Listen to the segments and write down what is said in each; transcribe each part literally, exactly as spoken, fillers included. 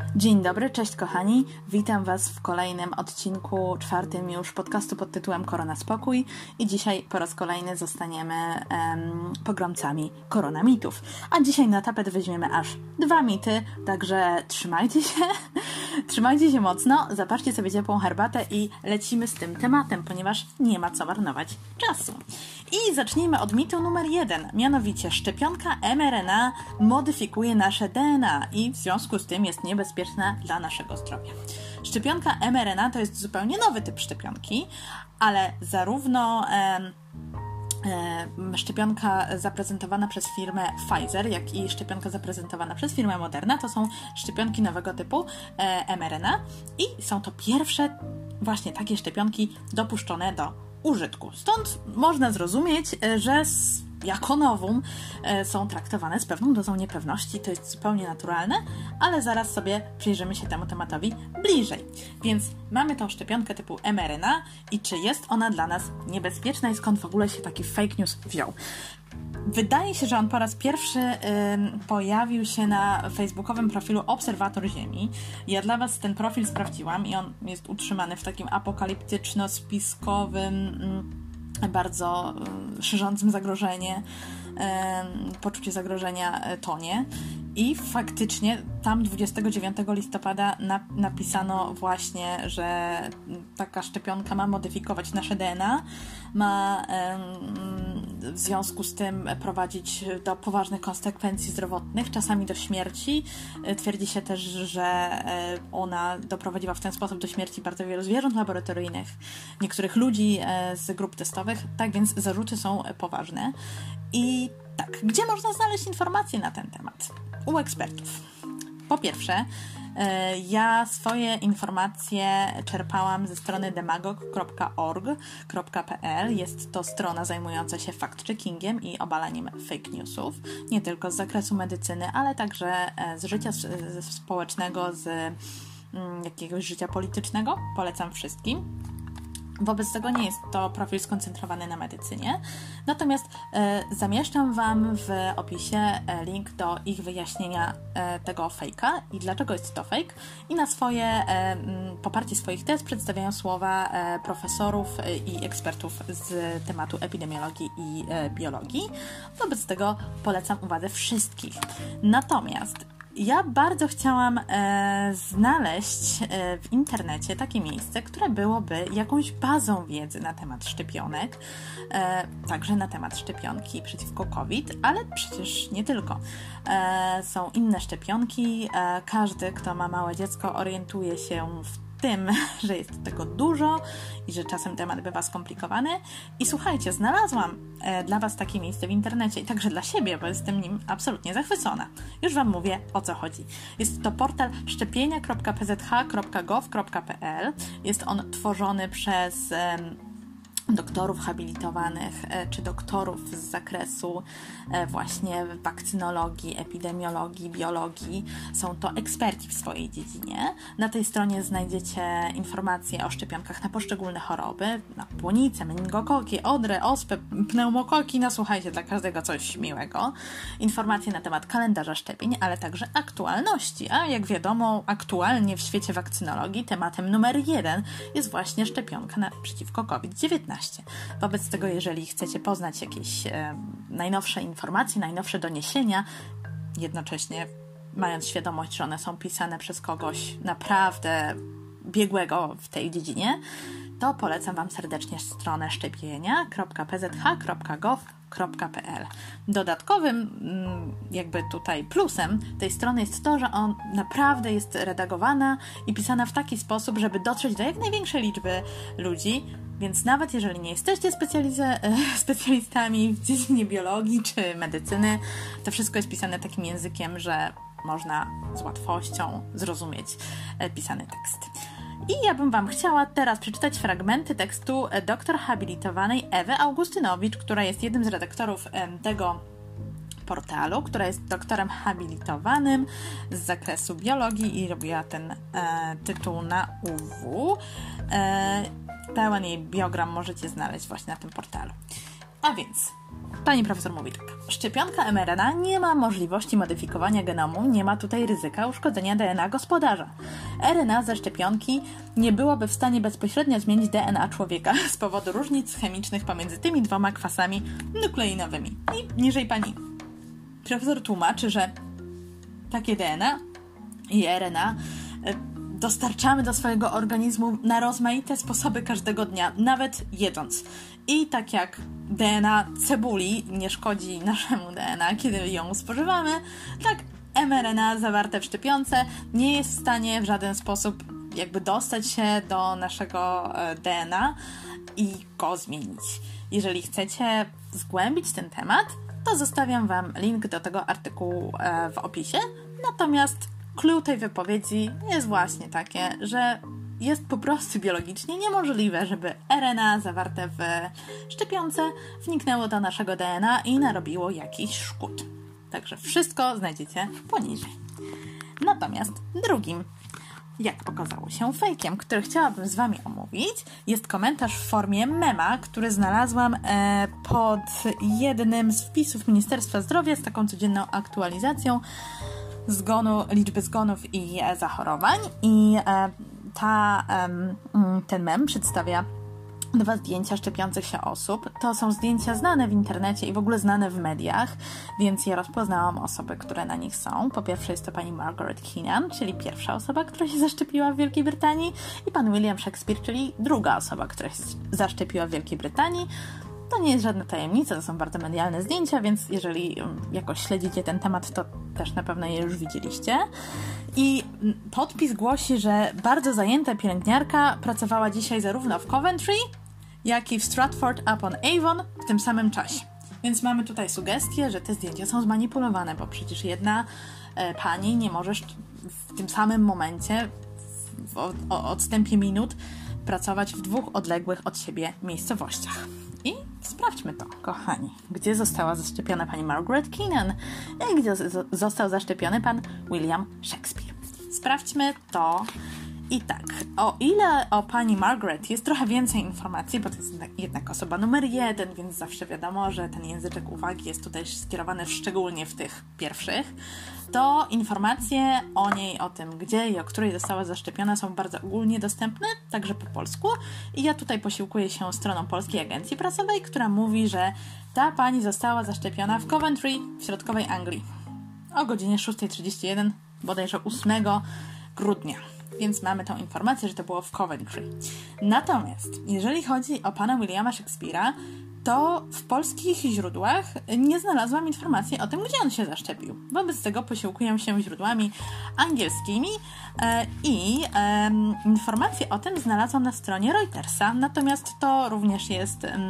Dzień dobry, cześć kochani, witam Was w kolejnym odcinku, czwartym już podcastu pod tytułem Korona Spokój i dzisiaj po raz kolejny zostaniemy um, pogromcami koronamitów. A dzisiaj na tapet weźmiemy aż dwa mity, także trzymajcie się, trzymajcie się mocno, zapatrzcie sobie ciepłą herbatę i lecimy z tym tematem, ponieważ nie ma co marnować czasu. I zacznijmy od mitu numer jeden, mianowicie szczepionka em er en a modyfikuje nasze de en a i w związku z tym jest niebezpieczna dla naszego zdrowia. Szczepionka em er en a to jest zupełnie nowy typ szczepionki, ale zarówno e, e, szczepionka zaprezentowana przez firmę Pfizer, jak i szczepionka zaprezentowana przez firmę Moderna to są szczepionki nowego typu e, em er en a i są to pierwsze właśnie takie szczepionki dopuszczone do użytku. Stąd można zrozumieć, że jako nowum są traktowane z pewną dozą niepewności, to jest zupełnie naturalne, ale zaraz sobie przyjrzymy się temu tematowi bliżej. Więc mamy tą szczepionkę typu em er en a i czy jest ona dla nas niebezpieczna i skąd w ogóle się taki fake news wziął? Wydaje się, że on po raz pierwszy y, pojawił się na facebookowym profilu Obserwator Ziemi. Ja dla Was ten profil sprawdziłam i on jest utrzymany w takim apokaliptyczno-spiskowym, y, bardzo y, szerzącym zagrożenie, y, poczucie zagrożenia tonie. I faktycznie tam dwudziestego dziewiątego listopada na, napisano właśnie, że taka szczepionka ma modyfikować nasze de en a, ma em, w związku z tym prowadzić do poważnych konsekwencji zdrowotnych, czasami do śmierci. Twierdzi się też, że ona doprowadziła w ten sposób do śmierci bardzo wielu zwierząt laboratoryjnych, niektórych ludzi z grup testowych, tak więc zarzuty są poważne. I tak, gdzie można znaleźć informacje na ten temat? U ekspertów. Po pierwsze, ja swoje informacje czerpałam ze strony demagog kropka org kropka pe el. Jest to strona zajmująca się fact-checkingiem i obalaniem fake newsów, nie tylko z zakresu medycyny, ale także z życia społecznego, z jakiegoś życia politycznego. Polecam wszystkim. Wobec tego nie jest to profil skoncentrowany na medycynie. Natomiast e, zamieszczam Wam w opisie e, link do ich wyjaśnienia e, tego fejka i dlaczego jest to fake. I na swoje e, m, poparcie swoich tez przedstawiają słowa e, profesorów e, i ekspertów z tematu epidemiologii i e, biologii. Wobec tego polecam uwadze wszystkich. Natomiast ja bardzo chciałam e, znaleźć e, w internecie takie miejsce, które byłoby jakąś bazą wiedzy na temat szczepionek, e, także na temat szczepionki przeciwko COVID, ale przecież nie tylko. E, są inne szczepionki, e, każdy, kto ma małe dziecko, orientuje się w tym, że jest tego dużo i że czasem temat bywa skomplikowany. I słuchajcie, znalazłam e, dla Was takie miejsce w internecie i także dla siebie, bo jestem nim absolutnie zachwycona. Już Wam mówię, o co chodzi. Jest to portal szczepienia kropka pe zet ha kropka gov kropka pe el. Jest on tworzony przez e, doktorów habilitowanych czy doktorów z zakresu właśnie wakcynologii, epidemiologii, biologii. Są to eksperci w swojej dziedzinie. Na tej stronie znajdziecie informacje o szczepionkach na poszczególne choroby, na płonicę, meningokoki, odrę, ospę, pneumokoki, no słuchajcie, dla każdego coś miłego. Informacje na temat kalendarza szczepień, ale także aktualności. A jak wiadomo, aktualnie w świecie wakcynologii tematem numer jeden jest właśnie szczepionka na, przeciwko COVID dziewiętnaście. Wobec tego, jeżeli chcecie poznać jakieś e, najnowsze informacje, najnowsze doniesienia, jednocześnie mając świadomość, że one są pisane przez kogoś naprawdę biegłego w tej dziedzinie, to polecam Wam serdecznie stronę szczepienia kropka pe zet ha kropka gov kropka pe el. Dodatkowym jakby tutaj plusem tej strony jest to, że on naprawdę jest redagowana i pisana w taki sposób, żeby dotrzeć do jak największej liczby ludzi, więc nawet jeżeli nie jesteście specjalistami w dziedzinie biologii czy medycyny, to wszystko jest pisane takim językiem, że można z łatwością zrozumieć pisany tekst. I ja bym Wam chciała teraz przeczytać fragmenty tekstu doktor habilitowanej Ewy Augustynowicz, która jest jednym z redaktorów tego portalu, która jest doktorem habilitowanym z zakresu biologii i robiła ten e, tytuł na U W. E, pełen jej biogram możecie znaleźć właśnie na tym portalu. A więc Pani profesor mówi tak. Szczepionka em er en a nie ma możliwości modyfikowania genomu, nie ma tutaj ryzyka uszkodzenia de en a gospodarza. er en a ze szczepionki nie byłoby w stanie bezpośrednio zmienić de en a człowieka z powodu różnic chemicznych pomiędzy tymi dwoma kwasami nukleinowymi. I niżej pani profesor tłumaczy, że takie de en a i er en a dostarczamy do swojego organizmu na rozmaite sposoby każdego dnia, nawet jedząc. I tak jak de en a cebuli nie szkodzi naszemu de en a, kiedy ją spożywamy, tak em er en a zawarte w szczepionce nie jest w stanie w żaden sposób jakby dostać się do naszego de en a i go zmienić. Jeżeli chcecie zgłębić ten temat, to zostawiam Wam link do tego artykułu w opisie. Natomiast clue tej wypowiedzi jest właśnie takie, że jest po prostu biologicznie niemożliwe, żeby er en a zawarte w szczepionce wniknęło do naszego de en a i narobiło jakiś szkód. Także wszystko znajdziecie poniżej. Natomiast drugim, jak okazało się, fejkiem, który chciałabym z Wami omówić, jest komentarz w formie mema, który znalazłam e, pod jednym z wpisów Ministerstwa Zdrowia z taką codzienną aktualizacją zgonu, liczby zgonów i e, zachorowań. I e, ta, e, ten mem przedstawia dwa zdjęcia szczepiących się osób. To są zdjęcia znane w internecie i w ogóle znane w mediach, więc ja rozpoznałam osoby, które na nich są. Po pierwsze jest to pani Margaret Keenan, czyli pierwsza osoba, która się zaszczepiła w Wielkiej Brytanii, i pan William Shakespeare, czyli druga osoba, która się zaszczepiła w Wielkiej Brytanii. To nie jest żadna tajemnica, to są bardzo medialne zdjęcia, więc jeżeli jakoś śledzicie ten temat, to też na pewno je już widzieliście. I podpis głosi, że bardzo zajęta pielęgniarka pracowała dzisiaj zarówno w Coventry, jak i w Stratford-upon-Avon w tym samym czasie. Więc mamy tutaj sugestię, że te zdjęcia są zmanipulowane, bo przecież jedna e, pani nie może w tym samym momencie, w, w o, odstępie minut, pracować w dwóch odległych od siebie miejscowościach. I sprawdźmy to, kochani. Gdzie została zaszczepiona pani Margaret Keenan i gdzie z- został zaszczepiony pan William Shakespeare. Sprawdźmy to. I tak, o ile o pani Margaret jest trochę więcej informacji, bo to jest jednak osoba numer jeden, więc zawsze wiadomo, że ten języczek uwagi jest tutaj skierowany szczególnie w tych pierwszych, to informacje o niej, o tym gdzie i o której została zaszczepiona, są bardzo ogólnie dostępne, także po polsku. I ja tutaj posiłkuję się stroną Polskiej Agencji Prasowej, która mówi, że ta pani została zaszczepiona w Coventry w środkowej Anglii o godzinie szósta trzydzieści jeden, bodajże ósmego grudnia. Więc mamy tą informację, że to było w Coventry. Natomiast jeżeli chodzi o pana Williama Shakespeare'a, to w polskich źródłach nie znalazłam informacji o tym, gdzie on się zaszczepił. Wobec tego posiłkuję się źródłami angielskimi e, i e, informacje o tym znalazłam na stronie Reutersa. Natomiast to również jest e,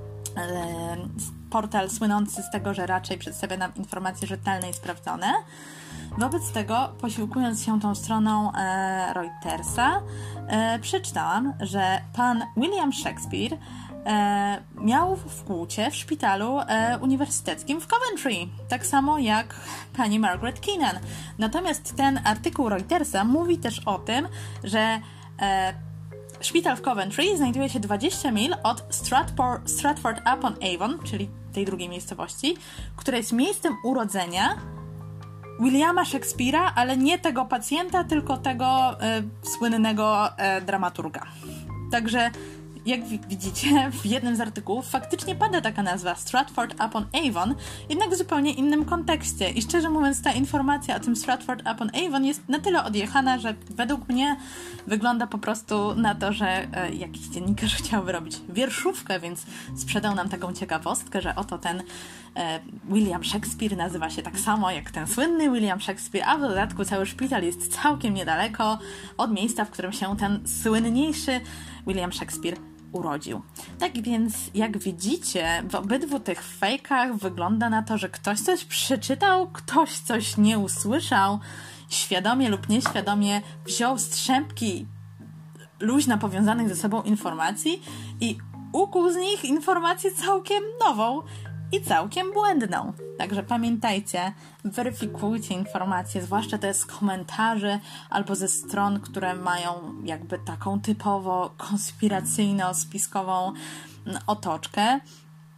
e, portal słynący z tego, że raczej przedstawia nam informacje rzetelne i sprawdzone. Wobec tego, posiłkując się tą stroną e, Reutersa, e, przeczytałam, że pan William Shakespeare e, miał wkłucie w szpitalu e, uniwersyteckim w Coventry, tak samo jak pani Margaret Keenan. Natomiast ten artykuł Reutersa mówi też o tym, że e, szpital w Coventry znajduje się dwadzieścia mil od Stratford, Stratford-upon-Avon, czyli tej drugiej miejscowości, która jest miejscem urodzenia Williama Shakespeare'a, ale nie tego pacjenta, tylko tego e, słynnego e, dramaturga. Także, jak widzicie, w jednym z artykułów faktycznie pada taka nazwa Stratford-upon-Avon, jednak w zupełnie innym kontekście. I szczerze mówiąc, ta informacja o tym Stratford-upon-Avon jest na tyle odjechana, że według mnie wygląda po prostu na to, że e, jakiś dziennikarz chciał wyrobić wierszówkę, więc sprzedał nam taką ciekawostkę, że oto ten e, William Shakespeare nazywa się tak samo jak ten słynny William Shakespeare, a w dodatku cały szpital jest całkiem niedaleko od miejsca, w którym się ten słynniejszy William Shakespeare urodził. Tak więc, jak widzicie, w obydwu tych fejkach wygląda na to, że ktoś coś przeczytał, ktoś coś nie usłyszał, świadomie lub nieświadomie wziął strzępki luźno powiązanych ze sobą informacji i ukuł z nich informację całkiem nową i całkiem błędną. Także pamiętajcie, weryfikujcie informacje, zwłaszcza te z komentarzy albo ze stron, które mają jakby taką typowo konspiracyjno-spiskową otoczkę.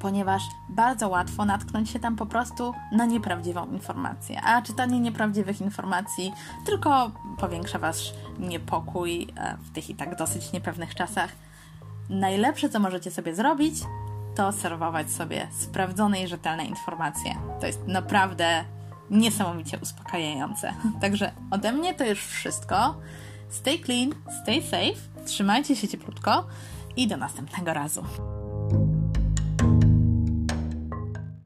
ponieważ bardzo łatwo natknąć się tam po prostu na nieprawdziwą informację. A czytanie nieprawdziwych informacji tylko powiększa wasz niepokój w tych i tak dosyć niepewnych czasach. Najlepsze, co możecie sobie zrobić, to serwować sobie sprawdzone i rzetelne informacje. To jest naprawdę niesamowicie uspokajające. Także ode mnie to już wszystko. Stay clean, stay safe, trzymajcie się cieplutko i do następnego razu.